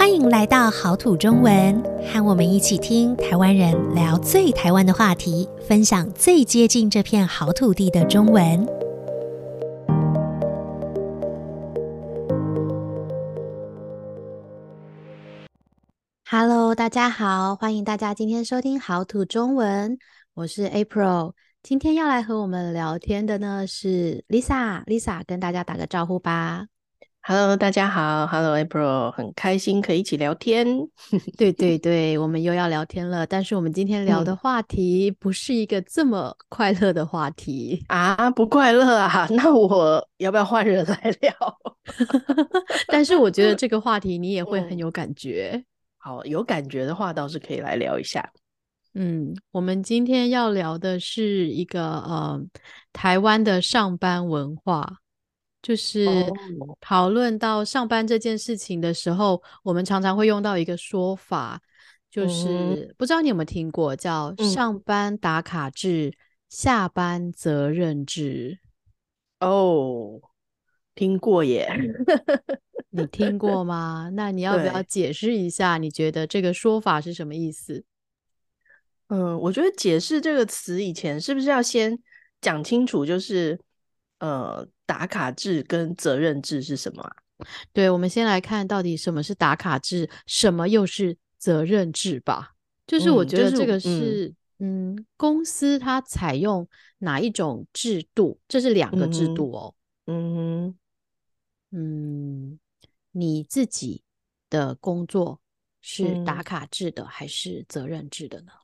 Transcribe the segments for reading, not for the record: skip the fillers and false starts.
欢迎来到好土中文，和我们一起听台湾人聊最台湾的话题，分享最接近这片好土地的中文。Hello， 大家好，欢迎大家今天收听好土中文，我是 April。今天要来和我们聊天的呢是 Lisa， 跟大家打个招呼吧。 Hello，大家好，Hello April，很开心可以一起聊天。 对对对，我们又要聊天了，但是我们今天聊的话题不是一个这么快乐的话题。 不快乐啊？那我要不要换人来聊？ 但是我觉得这个话题你也会很嗯， 有感觉。 好，有感觉的话倒是可以来聊一下。 我们今天要聊的是一个台湾的上班文化，就是哦， 讨论到上班这件事情的时候，我们常常会用到一个说法，就嗯是不知道你有没有听过，叫嗯， 上班打卡制，下班责任制。 哦，听过耶。 你听过吗？那你要不要对， 解释一下，你觉得这个说法是什么意思？ 我觉得解释这个词以前是不是要先讲清楚，就是打卡制跟责任制是什么啊？ 对，我们先来看到底什么是打卡制，什么又是责任制吧。就是我觉就是得这个嗯是，公司它采用哪一种制度，这是两个制嗯哼度哦。 嗯哼。 嗯，你自己的工作是打嗯， 卡制的还是责任制的呢？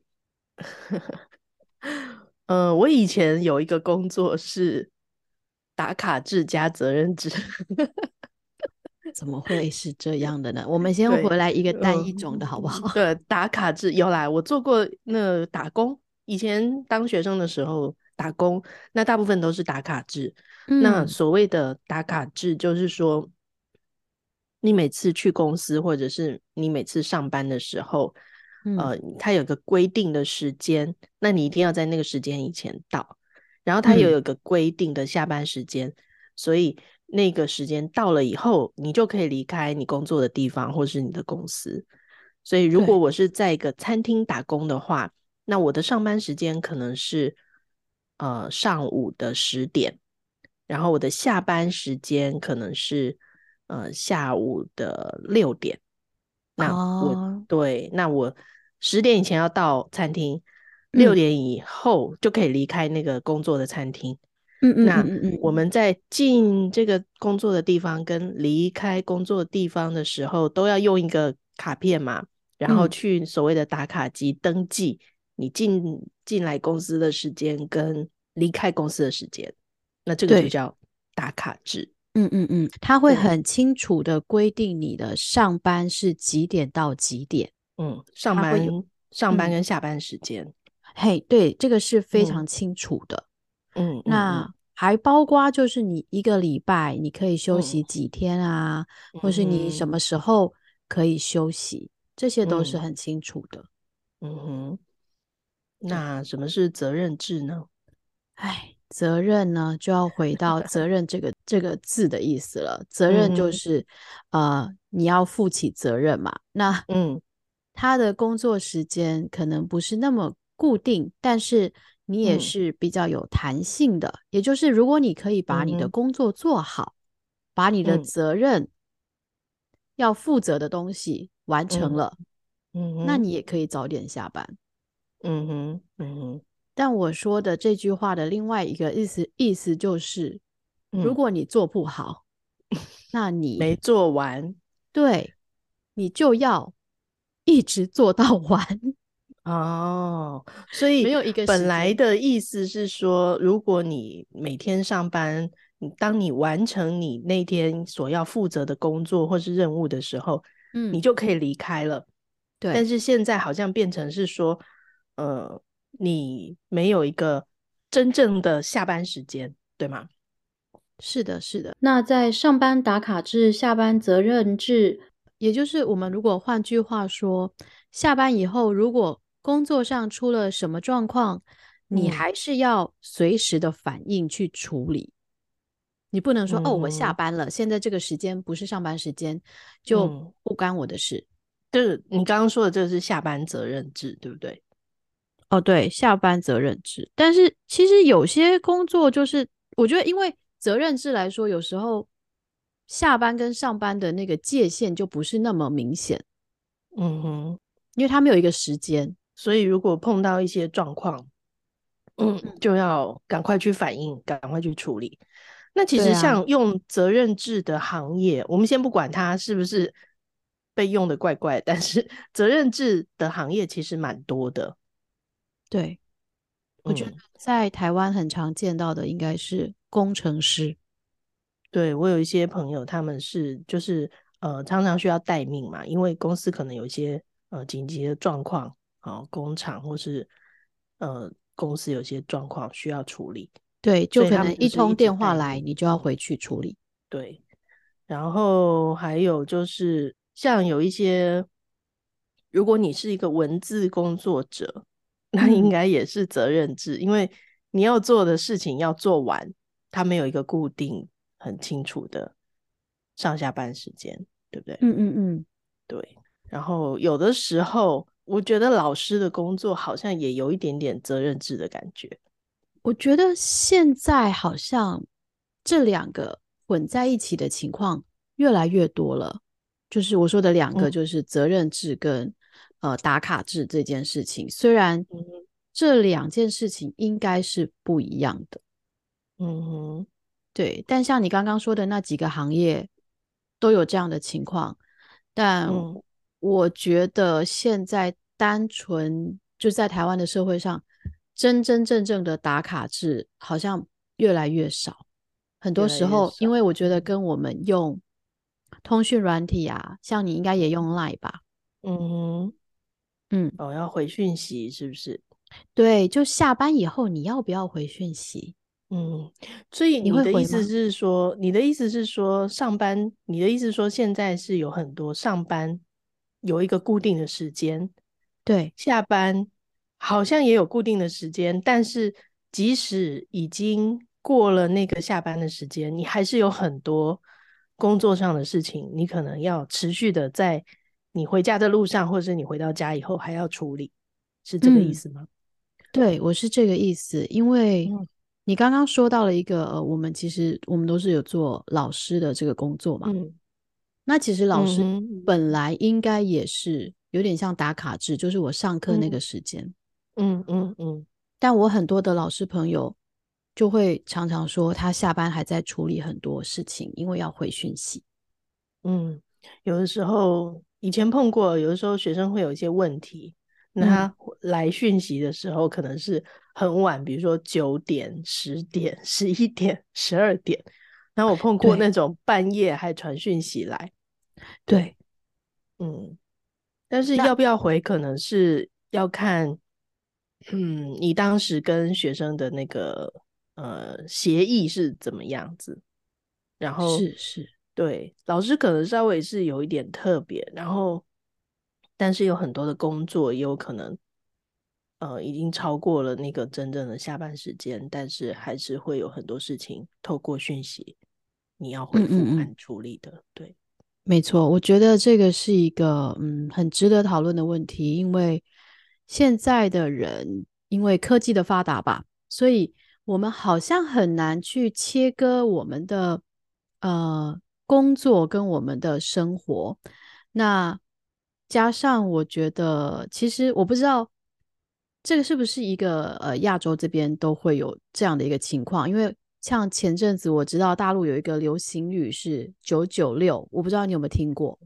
我以前有一个工作是打卡制加责任制。 怎么会是这样的呢？我们先对， 回来一个单一种的好不好？ 对，打卡制有啦，我做过那打工，以前当学生的时候打工，那大部分都是打卡制。那嗯所谓的打卡制，就是说你每次去公司，或者是你每次上班的时候， 嗯它有个规定的时间，那你一定要在那个时间以前到。然后它也嗯， 有一个规定的下班时间，所以那个时间到了以后，你就可以离开你工作的地方或是你的公司。所以如果对， 我是在一个餐厅打工的话，那我的上班时间可能是上午的10点，然后我的下班时间可能是下午的6点。那我哦， 对，那我10点以前要到餐厅，六嗯点以后就可以离开那个工作的餐厅。 嗯嗯嗯那嗯嗯， 我们在进这个工作的地方跟离开工作地方的时候，都要用一个卡片嘛，然后嗯， 去所谓的打卡机登记你进来公司的时间跟离开公司的时间，那这个就对。 叫打卡制。 它会对， 很清楚的规定你的上班是几点到几点， 上它会有， 班上班嗯， 跟下班时间。 嘿，对，这个是非嗯常清楚的。 嗯嗯嗯那还包括就是你一个礼拜你可以休息嗯几天啊，或是你嗯什么时候可以休息，这些都是嗯很清楚的。 嗯哼， 对。 那什么是责任制呢？ 唉，责任呢，就要回到责任这个字的意思了。责任就嗯哼， 是，你要负起责任嘛。那嗯他的工作时间可能不是那么固定，但是你也嗯是比较有弹性的。也就是，如果你可以把你的嗯哼， 工作做好，把你的嗯责任要负责的东西完成嗯了，那嗯哼， 你也可以早点下班。 嗯哼，嗯哼， 但我说的这句话的另外一个意思就是，如嗯， 果你做不好，那你没做完。 对你就要一直做到完， 哦，所以没有一个本时间。 来的意思是说，如果你每天上班，当你完成你那天所要负责的工作或是任务的时候，你嗯， 就可以离开了。但对， 是现在好像变成是说，你没有一个真正的下班时间，对吗？ 是的，是的。那在上班打卡制、下班责任制，也就是我们如果换句话说，下班以后如果工作上出了什么状况，你嗯还是要随时的反应去处理。 你不能说哦，我下嗯班了，现在这个时间不是上班时间，就嗯， 不干我的事。 就是你刚刚说的这个是下班责任制，对不对？ 哦，对，下班责任制，但是其实有些工作就是，我觉得因为责任制来说，有时候下班跟上班的那个界限就不是那么明显， 嗯哼， 因为他没有一个时间。 所以如果碰到一些状况，就要赶快去反应，赶快去处理。那其实对啊， 像用责任制的行业，我们先不管它是不是被用的怪怪，但是责任制的行业其实蛮多的。 对，我觉得嗯， 在台湾很常见到的应该是工程师。 对，我有一些朋友，他们是就是常常需要待命嘛，因为公司可能有一些紧急的状况，工厂或是公司有些状况需要处理， 对，就所以可能一他们就是一通电话起待命。 来，你就要回去处理。 对，然后还有就是像有一些，如果你是一个文字工作者，那应嗯该也是责任制，因为你要做的事情要做完，它没有一个固定很清楚的上下班时间，对不对？ 嗯嗯嗯。 对。然后有的时候，我觉得老师的工作好像也有一点点责任制的感觉。 我觉得现在好像这两个混在一起的情况越来越多了。就是我说的两嗯个，就是责任制跟打卡制这件事情。虽然嗯这两件事情应该是不一样的， 嗯哼对，但像你刚刚说的那几个行业都有这样的情况，但嗯， 我觉得现在单纯就在台湾的社会上，真真正正的打卡制好像越来越少。很多越来时候，因越少。 为我觉得嗯跟我们用通讯软体啊，像你应该也用 Line 吧？ 嗯哼。 嗯， 哦，要回讯息是不是？ 对，就下班以后你要不要回讯息？ 嗯，所以你你的意思会回吗？ 是说，上班，你的意思是说现在是有很多上班有一个固定的时间， 对， 下班好像也有固定的时间，但是即使已经过了那个下班的时间，你还是有很多工作上的事情，你可能要持续的在你回家的路上，或者是你回到家以后还要处理，是这个意嗯。 思吗？ 对，我是这个意思，因为嗯你刚刚说到了一个我们其实我们都是有做老师的这个工作嘛， 嗯那其实老师嗯哼本来应该也是有点像打卡制，就是我上课那个嗯时间， 嗯嗯嗯但我很多的老师朋友就会常常说他下班还在处理很多事情，因为要回讯息。 嗯，有的时候以前碰过，有的时候学生会有一些问题，那嗯， 他来讯息的时候可能是很晚，比如说9点、10点、11点、12点，然后我碰过那对种半夜还传讯息来， 对， 对，嗯，但是那要不要回，可能是要看，你当时跟学生的那个协议是怎么样子。然后是是， 对老师可能稍微是有一点特别，然后但是有很多的工作也有可能已经超过了那个真正的下班时间，但是还是会有很多事情透过讯息你要回嗯嗯嗯。 复和处理的。对， 没错，我觉得这个是一个很值得讨论的问题，因为现在的人因为科技的发达吧，所以我们好像很难去切割我们的工作跟我们的生活。那加上我觉得，其实我不知道这个是不是一个亚洲这边都会有这样的一个情况，因为像前阵子我知道大陆有一个流行语是996，我不知道你有没有听过。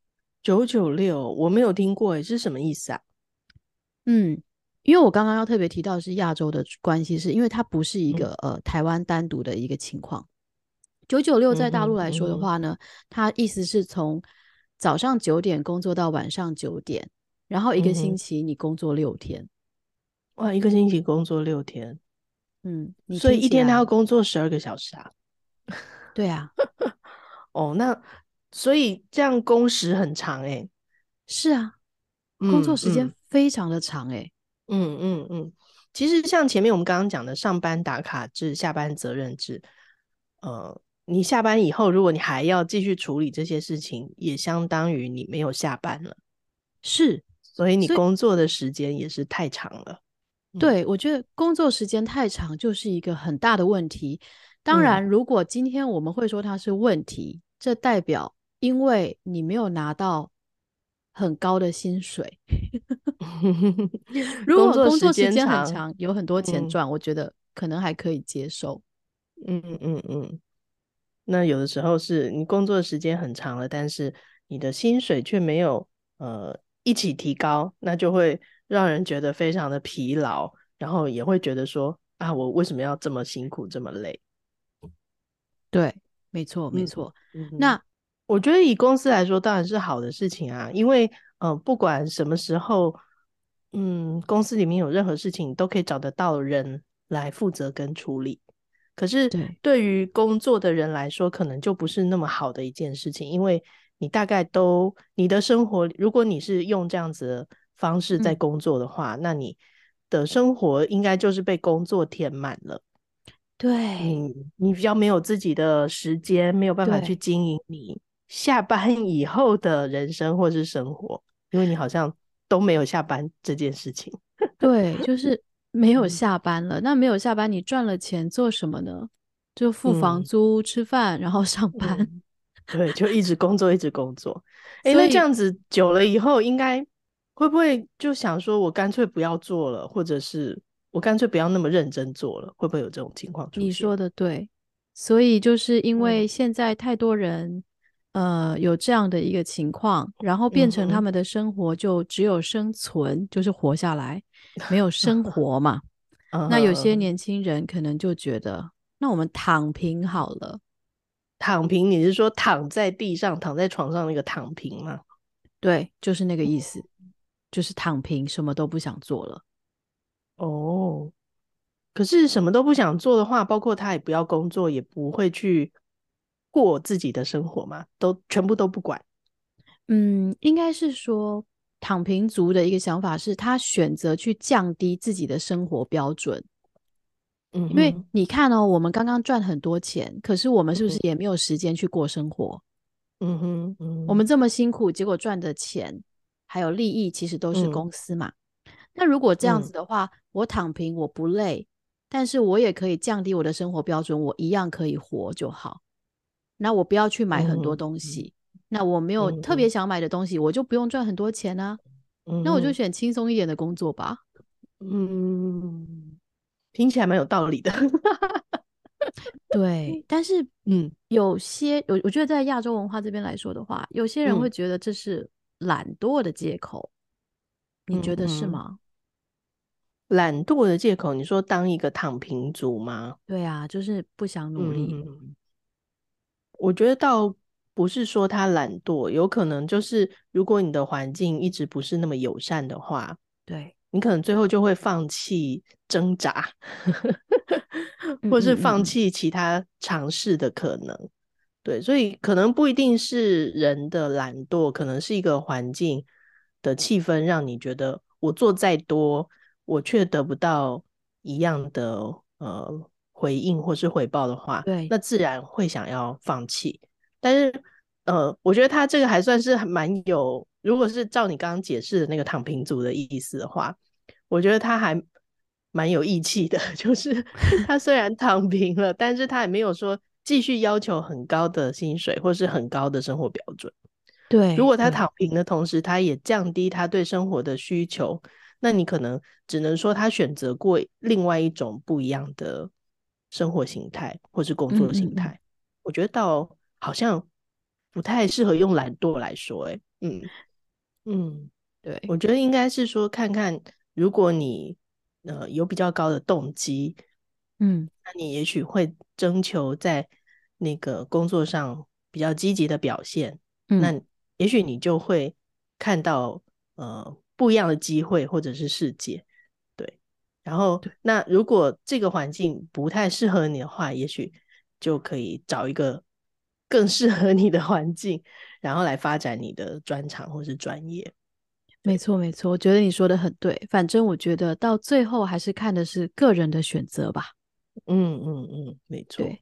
996我没有听过，诶，是什么意思啊？ 嗯，因为我刚刚要特别提到的是亚洲的关系，是因为它不是一嗯个台湾单独的一个情况。996在大陆嗯哼来说的嗯哼话呢，它意思是从早上9点工作到晚上9点，然后一个嗯哼， 星期你工作6天。 哇，一个星期工作6天， 嗯，你所以一天他要听起来， 工作12个小时啊。 对啊， 哦，那所以这样工时很长诶。 是啊，工作时间嗯嗯非常的长诶。 嗯嗯嗯，其实像前面我们刚刚讲的上班打卡制、下班责任制， 你下班以后，如果你还要继续处理这些事情，也相当于你没有下班了， 是， 所以你所以工作的时间也是太长了。嗯对，我觉得工作时间太长就是一个很大的问题。当嗯。 然，如果今天我们会说它是问题，这代表因为你没有拿到很高的薪水。如工果作时工作时间很间长。 长，有很多钱嗯赚，我觉得可能还可以接受。 嗯嗯嗯。那有的时候是你工作时间很长了，但是你的薪水却没有一起提高，那就会让人觉得非常的疲劳，然后也会觉得说啊，我为什么要这么辛苦这么累？ 对，没错，没嗯错。 嗯哼。 那我觉得以公司来说当然是好的事情啊，因为不管什么时候，公司里面有任何事情都可以找得到人来负责跟处理。可是对， 对于工作的人来说，可能就不是那么好的一件事情，因为你大概都你的生活，如果你是用这样子的方式在嗯， 工作的话，那你的生活应该就是被工作填满了。 对， 你比较没有自己的时间，没有办法去对， 经营你下班以后的人生或是生活，因为你好像都没有下班这件事情。 对，就是没有嗯下班了。那没有下班，你赚了钱做什么呢？就付房嗯租、吃饭，然后上班。 嗯。对，就一直工作，一直工作。诶，那这所以样子久了以后，应该会不会就想说，我干脆不要做了，或者是我干脆不要那么认真做了？会不会有这种情况出现？ 你说的对，所以就是因为嗯现在太多人，有这样的一个情况，然后变成他嗯哼。 们的生活就只有生存，就是活下来，没有生活嘛。 嗯那有哼嗯哼。 些年轻人可能就觉得，那我们躺平好了。 躺平，你是说躺在地上、躺在床上那个躺平吗？ 对，就是那个意思，就是躺平，什么都不想做了。 哦，可是什么都不想做的话，包括他也不要工作，也不会去过自己的生活嘛，都全部都不管。 嗯，应该是说躺平族的一个想法是，他选择去降低自己的生活标准。因为嗯哼。 你看哦，我们刚刚赚很多钱，可是我们是不是也没有时间去过生活？ 嗯哼。嗯我们这么辛苦，结果赚的钱还有利益，其实都是嗯公司嘛。那如果这样子嗯的话，我躺平我不累，但是我也可以降低我的生活标准，我一样可以活就好。那我不要去买很多嗯嗯东西，那我没有嗯嗯特别想买的东西，我就不用赚很多钱啊。那我就嗯选轻松一点的工作吧。 嗯。听起来蛮有道理的。 对，但是嗯我觉得在亚洲文化这边来说的话，有些人会嗯觉得这是懒惰的借口，你觉得是嗯哼。 吗？ 懒惰的借口，你说当一个躺平族吗？ 对啊，就是不想努力。 嗯。我觉得倒不是说他懒惰，有可能就是如果你的环境一直不是那么友善的话， 对， 你可能最后就会放弃挣扎， 嗯或是嗯嗯嗯， 放弃其他尝试的可能。对，所以可能不一定是人的懒惰，可能是一个环境的气氛让你觉得我做再多，我却得不到一样的回应或是回报的话， 对， 那自然会想要放弃。但是我觉得他这个还算是蛮有，如果是照你刚刚解释的那个躺平族的意思的话，我觉得他还蛮有义气的，就是他虽然躺平了，但是他也没有说继续要求很高的薪水或是很高的生活标准。如果他对对， 躺平的同时，他也降低他对生活的需求，那你可能只能说他选择过另外一种不一样的生活形态或是工嗯嗯嗯， 作形态。我觉得倒好像不太适合用懒惰来说、欸，嗯。 对， 我觉得应该是说，看看如果你有比较高的动机， 嗯那你也许会征求在那个工作上比较积极的表现， 嗯， 那也许你就会看到不一样的机会或者是世界，对。然后， 对， 那如果这个环境不太适合你的话，也许就可以找一个更适合你的环境，然后来发展你的专长或是专业。 没对。 错没错，我觉得你说的很对。反正我觉得到最后还是看的是个人的选择吧。 嗯嗯嗯，没错。 对。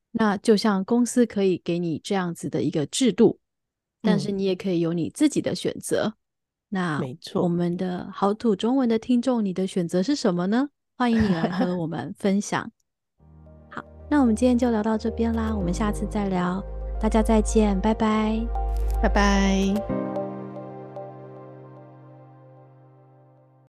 那就像公司可以给你这样子的一个制度，但是你也可以有你自己的选择。那没错。 我们的好土中文的听众，你的选择是什么呢？欢迎你来和我们分享。好，那我们今天就聊到这边啦，我们下次再聊，大家再见，拜拜。 拜拜。